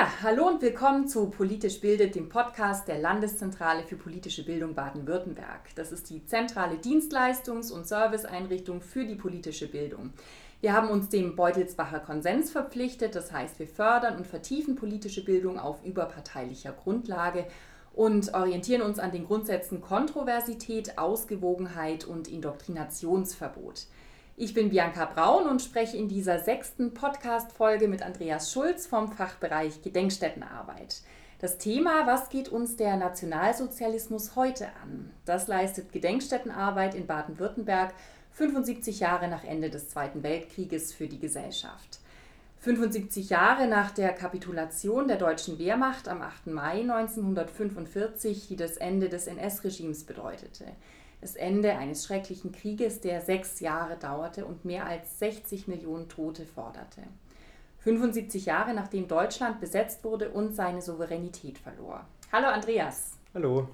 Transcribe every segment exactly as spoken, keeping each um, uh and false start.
Ja, hallo und willkommen zu Politisch bildet, dem Podcast der Landeszentrale für politische Bildung Baden-Württemberg. Das ist die zentrale Dienstleistungs- und Serviceeinrichtung für die politische Bildung. Wir haben uns dem Beutelsbacher Konsens verpflichtet, das heißt, wir fördern und vertiefen politische Bildung auf überparteilicher Grundlage und orientieren uns an den Grundsätzen Kontroversität, Ausgewogenheit und Indoktrinationsverbot. Ich bin Bianca Braun und spreche in dieser sechsten Podcast-Folge mit Andreas Schulz vom Fachbereich Gedenkstättenarbeit. Das Thema: Was geht uns der Nationalsozialismus heute an? Das leistet Gedenkstättenarbeit in Baden-Württemberg fünfundsiebzig Jahre nach Ende des Zweiten Weltkrieges für die Gesellschaft. fünfundsiebzig Jahre nach der Kapitulation der deutschen Wehrmacht am achten Mai neunzehnhundertfünfundvierzig, die das Ende des N S-Regimes bedeutete. Das Ende eines schrecklichen Krieges, der sechs Jahre dauerte und mehr als sechzig Millionen Tote forderte. fünfundsiebzig Jahre nachdem Deutschland besetzt wurde und seine Souveränität verlor. Hallo Andreas. Hallo.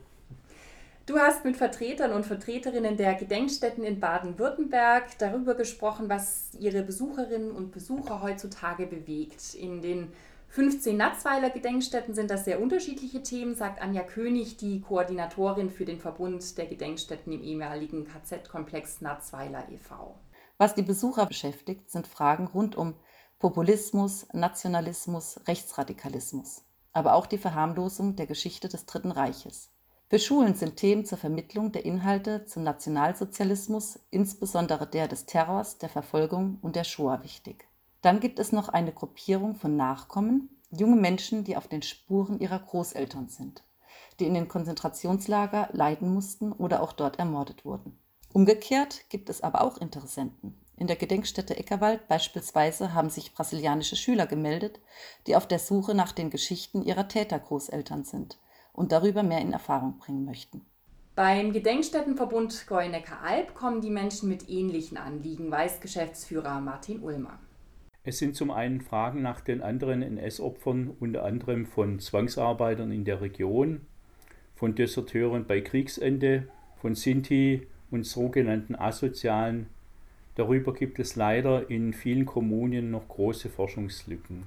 Du hast mit Vertretern und Vertreterinnen der Gedenkstätten in Baden-Württemberg darüber gesprochen, was ihre Besucherinnen und Besucher heutzutage bewegt. In den fünfzehn Natzweiler Gedenkstätten sind das sehr unterschiedliche Themen, sagt Anja König, die Koordinatorin für den Verbund der Gedenkstätten im ehemaligen K Z-Komplex Natzweiler e V Was die Besucher beschäftigt, sind Fragen rund um Populismus, Nationalismus, Rechtsradikalismus, aber auch die Verharmlosung der Geschichte des Dritten Reiches. Für Schulen sind Themen zur Vermittlung der Inhalte zum Nationalsozialismus, insbesondere der des Terrors, der Verfolgung und der Shoah, wichtig. Dann gibt es noch eine Gruppierung von Nachkommen, junge Menschen, die auf den Spuren ihrer Großeltern sind, die in den Konzentrationslager leiden mussten oder auch dort ermordet wurden. Umgekehrt gibt es aber auch Interessenten. In der Gedenkstätte Eckerwald beispielsweise haben sich brasilianische Schüler gemeldet, die auf der Suche nach den Geschichten ihrer Tätergroßeltern sind und darüber mehr in Erfahrung bringen möchten. Beim Gedenkstättenverbund Gäunecker-Alb kommen die Menschen mit ähnlichen Anliegen, weiß Geschäftsführer Martin Ulmer. Es sind zum einen Fragen nach den anderen N S-Opfern, unter anderem von Zwangsarbeitern in der Region, von Deserteuren bei Kriegsende, von Sinti und sogenannten Asozialen. Darüber gibt es leider in vielen Kommunen noch große Forschungslücken.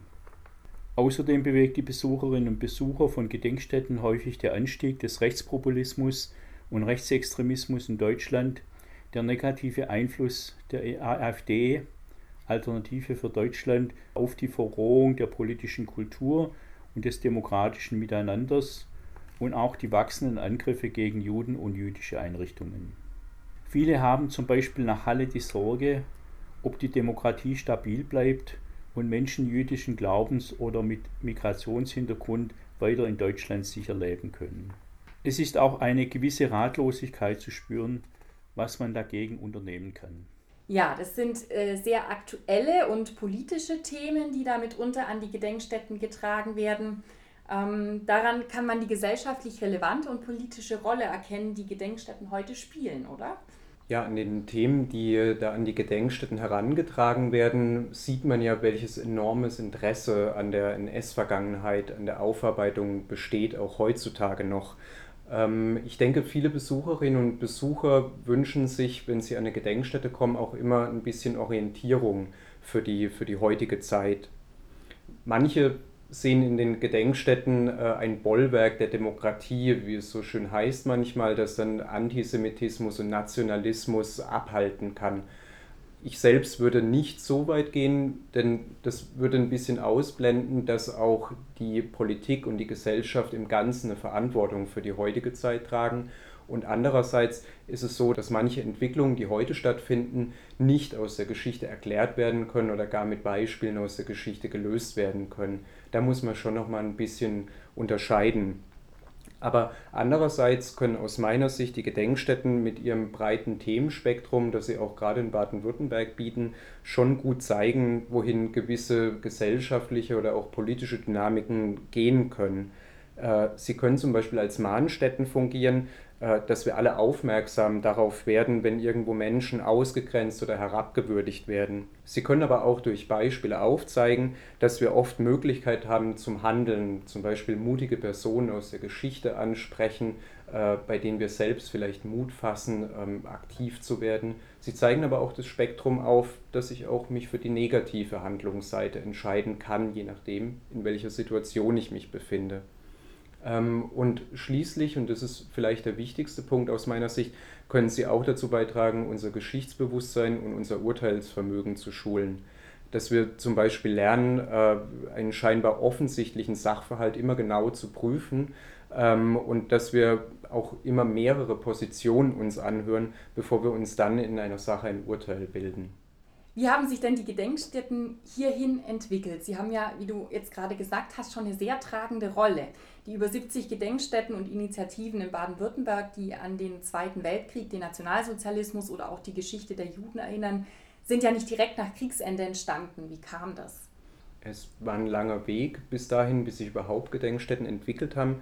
Außerdem bewegt die Besucherinnen und Besucher von Gedenkstätten häufig der Anstieg des Rechtspopulismus und Rechtsextremismus in Deutschland, der negative Einfluss der AfD, Alternative für Deutschland, auf die Verrohung der politischen Kultur und des demokratischen Miteinanders und auch die wachsenden Angriffe gegen Juden und jüdische Einrichtungen. Viele haben zum Beispiel nach Halle die Sorge, ob die Demokratie stabil bleibt und Menschen jüdischen Glaubens oder mit Migrationshintergrund weiter in Deutschland sicher leben können. Es ist auch eine gewisse Ratlosigkeit zu spüren, was man dagegen unternehmen kann. Ja, das sind äh, sehr aktuelle und politische Themen, die da mitunter an die Gedenkstätten getragen werden. Ähm, daran kann man die gesellschaftlich relevante und politische Rolle erkennen, die Gedenkstätten heute spielen, oder? Ja, an den Themen, die da an die Gedenkstätten herangetragen werden, sieht man ja, welches enormes Interesse an der N S-Vergangenheit, an der Aufarbeitung besteht, auch heutzutage noch. Ich denke, viele Besucherinnen und Besucher wünschen sich, wenn sie an eine Gedenkstätte kommen, auch immer ein bisschen Orientierung für die, für die heutige Zeit. Manche sehen in den Gedenkstätten ein Bollwerk der Demokratie, wie es so schön heißt manchmal, das dann Antisemitismus und Nationalismus abhalten kann. Ich selbst würde nicht so weit gehen, denn das würde ein bisschen ausblenden, dass auch die Politik und die Gesellschaft im Ganzen eine Verantwortung für die heutige Zeit tragen. Und andererseits ist es so, dass manche Entwicklungen, die heute stattfinden, nicht aus der Geschichte erklärt werden können oder gar mit Beispielen aus der Geschichte gelöst werden können. Da muss man schon noch mal ein bisschen unterscheiden. Aber andererseits können aus meiner Sicht die Gedenkstätten mit ihrem breiten Themenspektrum, das sie auch gerade in Baden-Württemberg bieten, schon gut zeigen, wohin gewisse gesellschaftliche oder auch politische Dynamiken gehen können. Sie können zum Beispiel als Mahnstätten fungieren, dass wir alle aufmerksam darauf werden, wenn irgendwo Menschen ausgegrenzt oder herabgewürdigt werden. Sie können aber auch durch Beispiele aufzeigen, dass wir oft Möglichkeit haben zum Handeln, zum Beispiel mutige Personen aus der Geschichte ansprechen, äh, bei denen wir selbst vielleicht Mut fassen, ähm, aktiv zu werden. Sie zeigen aber auch das Spektrum auf, dass ich auch mich für die negative Handlungsseite entscheiden kann, je nachdem, in welcher Situation ich mich befinde. Ähm, und schließlich, und das ist vielleicht der wichtigste Punkt aus meiner Sicht, können sie auch dazu beitragen, unser Geschichtsbewusstsein und unser Urteilsvermögen zu schulen. Dass wir zum Beispiel lernen, äh, einen scheinbar offensichtlichen Sachverhalt immer genau zu prüfen, ähm, und dass wir auch immer mehrere Positionen uns anhören, bevor wir uns dann in einer Sache ein Urteil bilden. Wie haben sich denn die Gedenkstätten hierhin entwickelt? Sie haben ja, wie du jetzt gerade gesagt hast, schon eine sehr tragende Rolle. Die über siebzig Gedenkstätten und Initiativen in Baden-Württemberg, die an den Zweiten Weltkrieg, den Nationalsozialismus oder auch die Geschichte der Juden erinnern, sind ja nicht direkt nach Kriegsende entstanden. Wie kam das? Es war ein langer Weg bis dahin, bis sich überhaupt Gedenkstätten entwickelt haben.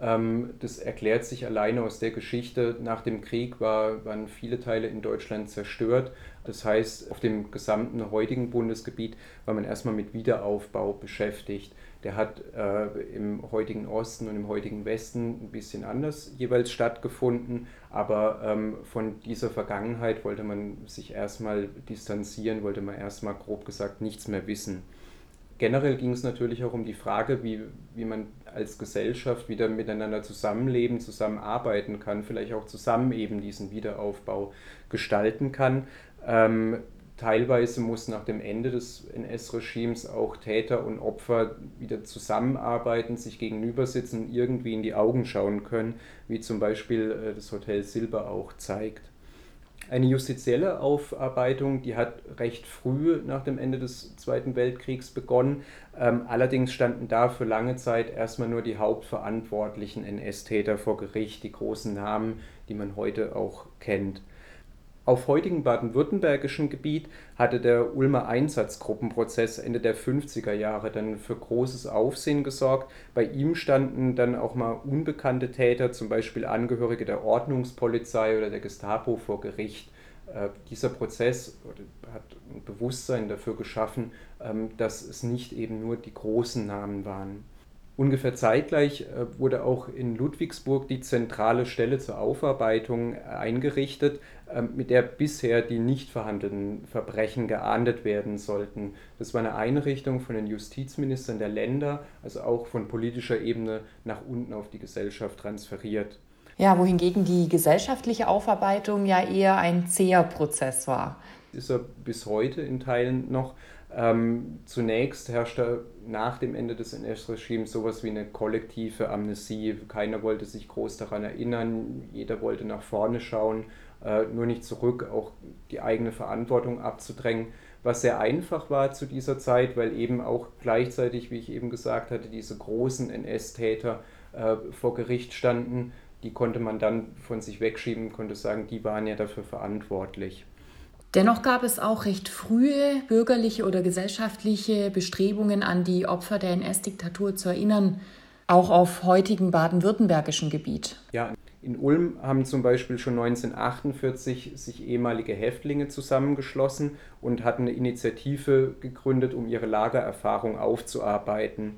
Das erklärt sich alleine aus der Geschichte. Nach dem Krieg war, waren viele Teile in Deutschland zerstört. Das heißt, auf dem gesamten heutigen Bundesgebiet war man erstmal mit Wiederaufbau beschäftigt. Der hat äh, im heutigen Osten und im heutigen Westen ein bisschen anders jeweils stattgefunden, aber ähm, von dieser Vergangenheit wollte man sich erstmal distanzieren, wollte man erstmal grob gesagt nichts mehr wissen. Generell ging es natürlich auch um die Frage, wie, wie man als Gesellschaft wieder miteinander zusammenleben, zusammenarbeiten kann, vielleicht auch zusammen eben diesen Wiederaufbau gestalten kann. Ähm, teilweise muss nach dem Ende des N S-Regimes auch Täter und Opfer wieder zusammenarbeiten, sich gegenüber sitzen und irgendwie in die Augen schauen können, wie zum Beispiel äh, das Hotel Silber auch zeigt. Eine justizielle Aufarbeitung, die hat recht früh nach dem Ende des Zweiten Weltkriegs begonnen. Ähm, allerdings standen da für lange Zeit erstmal nur die hauptverantwortlichen N S-Täter vor Gericht, die großen Namen, die man heute auch kennt. Auf heutigem baden-württembergischen Gebiet hatte der Ulmer Einsatzgruppenprozess Ende der fünfziger Jahre dann für großes Aufsehen gesorgt. Bei ihm standen dann auch mal unbekannte Täter, zum Beispiel Angehörige der Ordnungspolizei oder der Gestapo vor Gericht. Äh, dieser Prozess hat ein Bewusstsein dafür geschaffen, ähm, dass es nicht eben nur die großen Namen waren. Ungefähr zeitgleich äh, wurde auch in Ludwigsburg die zentrale Stelle zur Aufarbeitung eingerichtet, äh, mit der bisher die nicht verhandelten Verbrechen geahndet werden sollten. Das war eine Einrichtung von den Justizministern der Länder, also auch von politischer Ebene nach unten auf die Gesellschaft transferiert. Ja, wohingegen die gesellschaftliche Aufarbeitung ja eher ein zäher Prozess war. Ist er bis heute in Teilen noch. Ähm, zunächst herrschte nach dem Ende des N S-Regimes sowas wie eine kollektive Amnesie. Keiner wollte sich groß daran erinnern, jeder wollte nach vorne schauen, äh, nur nicht zurück, auch die eigene Verantwortung abzudrängen. Was sehr einfach war zu dieser Zeit, weil eben auch gleichzeitig, wie ich eben gesagt hatte, diese großen N S-Täter äh, vor Gericht standen. Die konnte man dann von sich wegschieben, konnte sagen, die waren ja dafür verantwortlich. Dennoch gab es auch recht frühe bürgerliche oder gesellschaftliche Bestrebungen, an die Opfer der N S-Diktatur zu erinnern, auch auf heutigem baden-württembergischen Gebiet. Ja, in Ulm haben zum Beispiel schon neunzehnhundertachtundvierzig sich ehemalige Häftlinge zusammengeschlossen und hatten eine Initiative gegründet, um ihre Lagererfahrung aufzuarbeiten.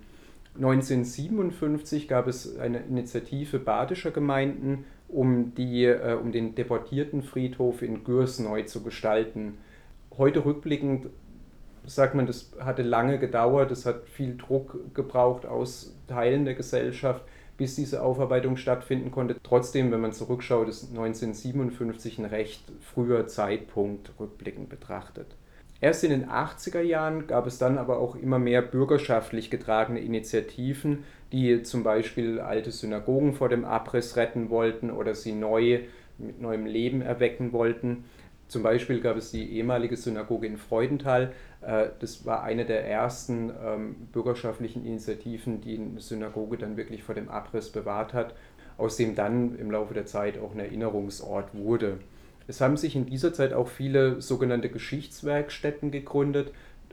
neunzehnhundertsiebenundfünfzig gab es eine Initiative badischer Gemeinden, um, die, äh, um den Deportiertenfriedhof in Gürs neu zu gestalten. Heute rückblickend sagt man, das hatte lange gedauert, das hat viel Druck gebraucht aus Teilen der Gesellschaft, bis diese Aufarbeitung stattfinden konnte. Trotzdem, wenn man zurückschaut, ist neunzehnhundertsiebenundfünfzig ein recht früher Zeitpunkt rückblickend betrachtet. Erst in den achtziger Jahren gab es dann aber auch immer mehr bürgerschaftlich getragene Initiativen, die zum Beispiel alte Synagogen vor dem Abriss retten wollten oder sie neu mit neuem Leben erwecken wollten. Zum Beispiel gab es die ehemalige Synagoge in Freudenthal. Das war eine der ersten bürgerschaftlichen Initiativen, die eine Synagoge dann wirklich vor dem Abriss bewahrt hat, aus dem dann im Laufe der Zeit auch ein Erinnerungsort wurde. Es haben sich in dieser Zeit auch viele sogenannte Geschichtswerkstätten gegründet.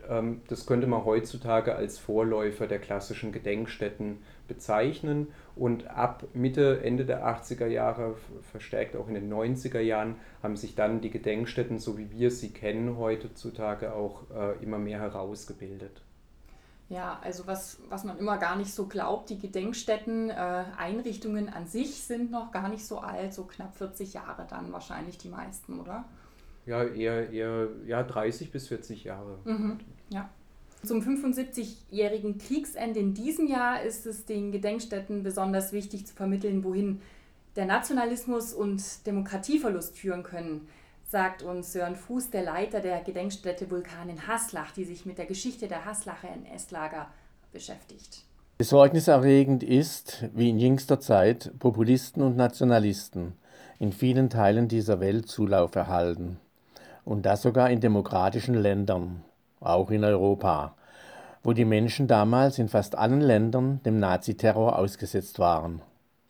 Das könnte man heutzutage als Vorläufer der klassischen Gedenkstätten bezeichnen. Und ab Mitte, Ende der achtziger Jahre, verstärkt auch in den neunziger Jahren, haben sich dann die Gedenkstätten, so wie wir sie kennen, heutzutage auch immer mehr herausgebildet. Ja, also was, was man immer gar nicht so glaubt, die Gedenkstätten, äh, Einrichtungen an sich sind noch gar nicht so alt, so knapp vierzig Jahre dann wahrscheinlich die meisten, oder? Ja, eher, eher ja, dreißig bis vierzig Jahre. Mhm, ja. Zum fünfundsiebzigjährigen Kriegsende in diesem Jahr ist es den Gedenkstätten besonders wichtig zu vermitteln, wohin der Nationalismus und Demokratieverlust führen können, sagt uns Sören Fuß, der Leiter der Gedenkstätte Vulkan in Haslach, die sich mit der Geschichte der Haslacher N S-Lager beschäftigt. Besorgniserregend ist, wie in jüngster Zeit Populisten und Nationalisten in vielen Teilen dieser Welt Zulauf erhalten. Und das sogar in demokratischen Ländern, auch in Europa, wo die Menschen damals in fast allen Ländern dem Naziterror ausgesetzt waren.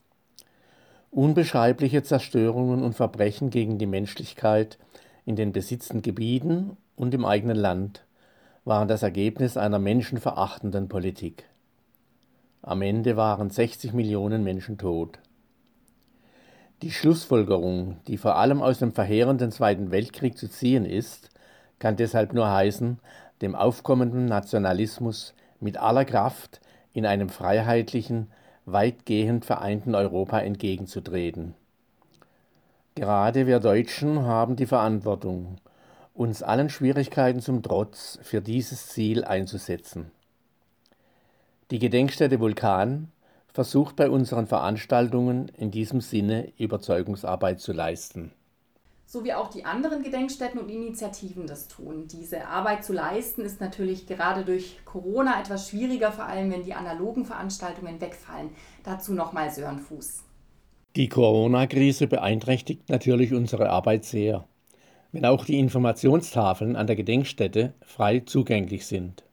Unbeschreibliche Zerstörungen und Verbrechen gegen die Menschlichkeit in den besetzten Gebieten und im eigenen Land waren das Ergebnis einer menschenverachtenden Politik. Am Ende waren sechzig Millionen Menschen tot. Die Schlussfolgerung, die vor allem aus dem verheerenden Zweiten Weltkrieg zu ziehen ist, kann deshalb nur heißen, dem aufkommenden Nationalismus mit aller Kraft in einem freiheitlichen, weitgehend vereinten Europa entgegenzutreten. Gerade wir Deutschen haben die Verantwortung, uns allen Schwierigkeiten zum Trotz für dieses Ziel einzusetzen. Die Gedenkstätte Vulkan versucht bei unseren Veranstaltungen in diesem Sinne Überzeugungsarbeit zu leisten. So wie auch die anderen Gedenkstätten und Initiativen das tun. Diese Arbeit zu leisten ist natürlich gerade durch Corona etwas schwieriger, vor allem wenn die analogen Veranstaltungen wegfallen. Dazu nochmal Sören Fuß. Die Corona-Krise beeinträchtigt natürlich unsere Arbeit sehr, wenn auch die Informationstafeln an der Gedenkstätte frei zugänglich sind.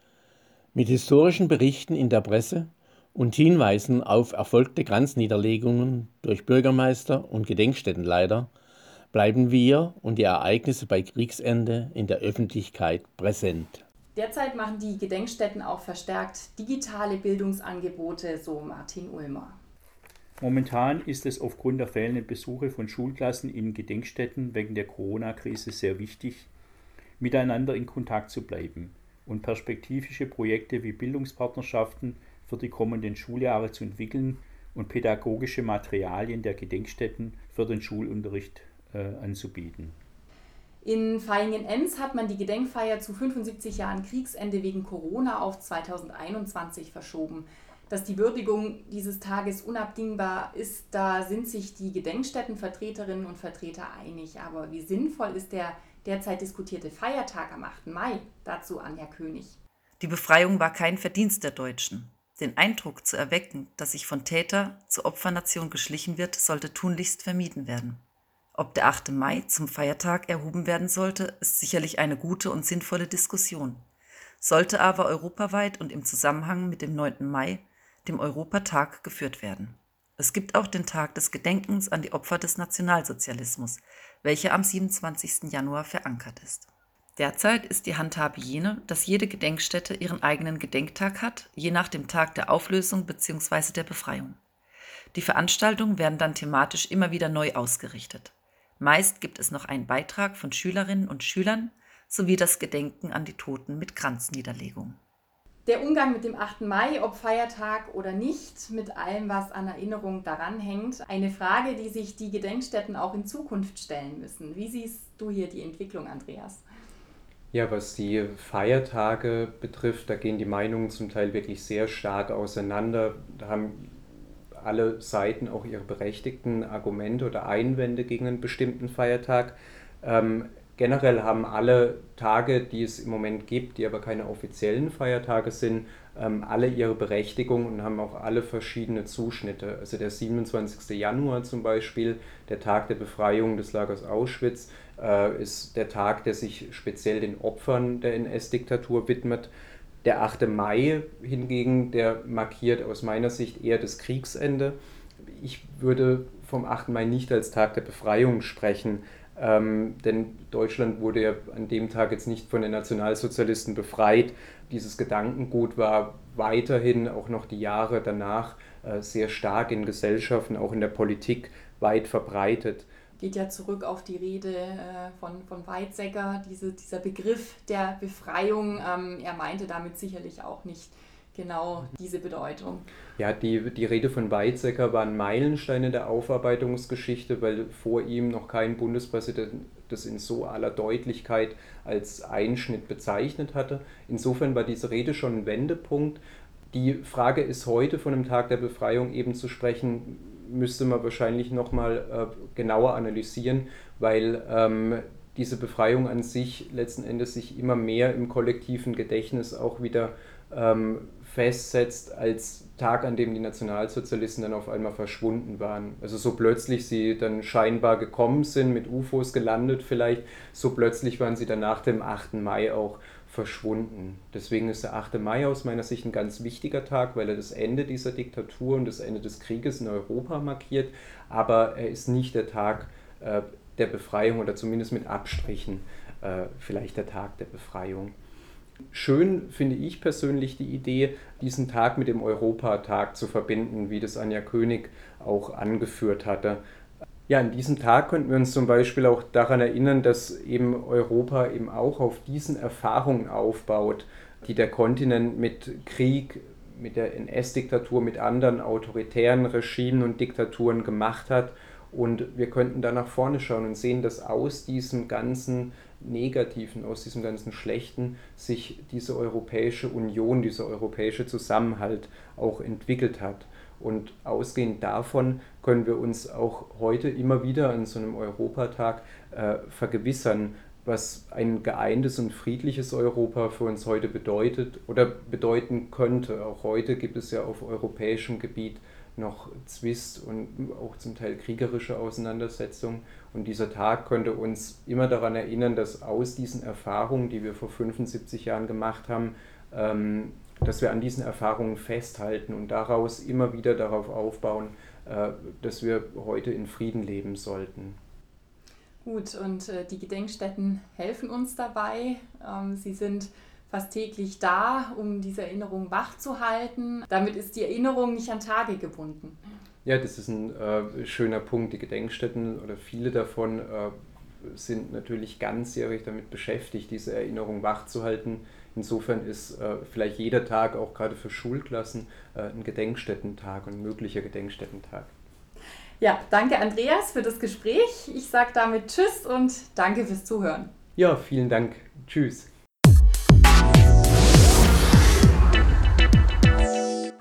Mit historischen Berichten in der Presse und Hinweisen auf erfolgte Kranzniederlegungen durch Bürgermeister und Gedenkstättenleiter bleiben wir und die Ereignisse bei Kriegsende in der Öffentlichkeit präsent. Derzeit machen die Gedenkstätten auch verstärkt digitale Bildungsangebote, so Martin Ulmer. Momentan ist es aufgrund der fehlenden Besuche von Schulklassen in Gedenkstätten wegen der Corona-Krise sehr wichtig, miteinander in Kontakt zu bleiben und perspektivische Projekte wie Bildungspartnerschaften für die kommenden Schuljahre zu entwickeln und pädagogische Materialien der Gedenkstätten für den Schulunterricht äh, anzubieten. In Vaihingen-Enz hat man die Gedenkfeier zu fünfundsiebzig Jahren Kriegsende wegen Corona auf zweitausendeinundzwanzig verschoben. Dass die Würdigung dieses Tages unabdingbar ist, da sind sich die Gedenkstättenvertreterinnen und Vertreter einig. Aber wie sinnvoll ist der derzeit diskutierte Feiertag am achten Mai? Dazu Anja König. Die Befreiung war kein Verdienst der Deutschen. Den Eindruck zu erwecken, dass sich von Täter zur Opfernation geschlichen wird, sollte tunlichst vermieden werden. Ob der achte Mai zum Feiertag erhoben werden sollte, ist sicherlich eine gute und sinnvolle Diskussion. Sollte aber europaweit und im Zusammenhang mit dem neunten Mai, dem Europatag, geführt werden. Es gibt auch den Tag des Gedenkens an die Opfer des Nationalsozialismus, welcher am siebenundzwanzigsten Januar verankert ist. Derzeit ist die Handhabe jene, dass jede Gedenkstätte ihren eigenen Gedenktag hat, je nach dem Tag der Auflösung bzw. der Befreiung. Die Veranstaltungen werden dann thematisch immer wieder neu ausgerichtet. Meist gibt es noch einen Beitrag von Schülerinnen und Schülern sowie das Gedenken an die Toten mit Kranzniederlegung. Der Umgang mit dem achten Mai, ob Feiertag oder nicht, mit allem, was an Erinnerung daran hängt, eine Frage, die sich die Gedenkstätten auch in Zukunft stellen müssen. Wie siehst du hier die Entwicklung, Andreas? Ja, was die Feiertage betrifft, da gehen die Meinungen zum Teil wirklich sehr stark auseinander. Da haben alle Seiten auch ihre berechtigten Argumente oder Einwände gegen einen bestimmten Feiertag. Ähm, generell haben alle Tage, die es im Moment gibt, die aber keine offiziellen Feiertage sind, ähm, alle ihre Berechtigung und haben auch alle verschiedene Zuschnitte. Also der siebenundzwanzigste Januar zum Beispiel, der Tag der Befreiung des Lagers Auschwitz, äh, ist der Tag, der sich speziell den Opfern der N S-Diktatur widmet. Der achte Mai hingegen, der markiert aus meiner Sicht eher das Kriegsende. Ich würde vom achten Mai nicht als Tag der Befreiung sprechen, ähm, denn Deutschland wurde ja an dem Tag jetzt nicht von den Nationalsozialisten befreit. Dieses Gedankengut war weiterhin auch noch die Jahre danach äh, sehr stark in Gesellschaften, auch in der Politik weit verbreitet. geht ja zurück auf die Rede äh, von, von Weizsäcker, diese, dieser Begriff der Befreiung. Ähm, er meinte damit sicherlich auch nicht genau diese Bedeutung. Ja, die, die Rede von Weizsäcker war ein Meilenstein in der Aufarbeitungsgeschichte, weil vor ihm noch kein Bundespräsident das in so aller Deutlichkeit als Einschnitt bezeichnet hatte. Insofern war diese Rede schon ein Wendepunkt. Die Frage ist heute von dem Tag der Befreiung eben zu sprechen, müsste man wahrscheinlich nochmal äh, genauer analysieren, weil ähm, diese Befreiung an sich letzten Endes sich immer mehr im kollektiven Gedächtnis auch wieder ähm, festsetzt als Tag, an dem die Nationalsozialisten dann auf einmal verschwunden waren. Also so plötzlich sie dann scheinbar gekommen sind, mit U F Os gelandet vielleicht, so plötzlich waren sie dann nach dem achten Mai auch verschwunden. Deswegen ist der achte Mai aus meiner Sicht ein ganz wichtiger Tag, weil er das Ende dieser Diktatur und das Ende des Krieges in Europa markiert, aber er ist nicht der Tag äh, der Befreiung oder zumindest mit Abstrichen äh, vielleicht der Tag der Befreiung. Schön finde ich persönlich die Idee, diesen Tag mit dem Europatag zu verbinden, wie das Anja König auch angeführt hatte. Ja, an diesem Tag könnten wir uns zum Beispiel auch daran erinnern, dass eben Europa eben auch auf diesen Erfahrungen aufbaut, die der Kontinent mit Krieg, mit der N S-Diktatur, mit anderen autoritären Regimen und Diktaturen gemacht hat. Und wir könnten da nach vorne schauen und sehen, dass aus diesem ganzen Negativen, aus diesem ganzen Schlechten sich diese Europäische Union, dieser europäische Zusammenhalt auch entwickelt hat. Und ausgehend davon können wir uns auch heute immer wieder an so einem Europatag äh, vergewissern, was ein geeintes und friedliches Europa für uns heute bedeutet oder bedeuten könnte. Auch heute gibt es ja auf europäischem Gebiet noch Zwist und auch zum Teil kriegerische Auseinandersetzungen. Und dieser Tag könnte uns immer daran erinnern, dass aus diesen Erfahrungen, die wir vor fünfundsiebzig Jahren gemacht haben, ähm, dass wir an diesen Erfahrungen festhalten und daraus immer wieder darauf aufbauen, äh, dass wir heute in Frieden leben sollten. Gut, und äh, die Gedenkstätten helfen uns dabei. Ähm, sie sind fast täglich da, um diese Erinnerung wach zu halten. Damit ist die Erinnerung nicht an Tage gebunden. Ja, das ist ein äh, schöner Punkt. Die Gedenkstätten oder viele davon äh, sind natürlich ganzjährig damit beschäftigt, diese Erinnerung wach zu halten. Insofern ist äh, vielleicht jeder Tag, auch gerade für Schulklassen, äh, ein Gedenkstättentag und ein möglicher Gedenkstättentag. Ja, danke Andreas für das Gespräch. Ich sage damit Tschüss und danke fürs Zuhören. Ja, vielen Dank. Tschüss.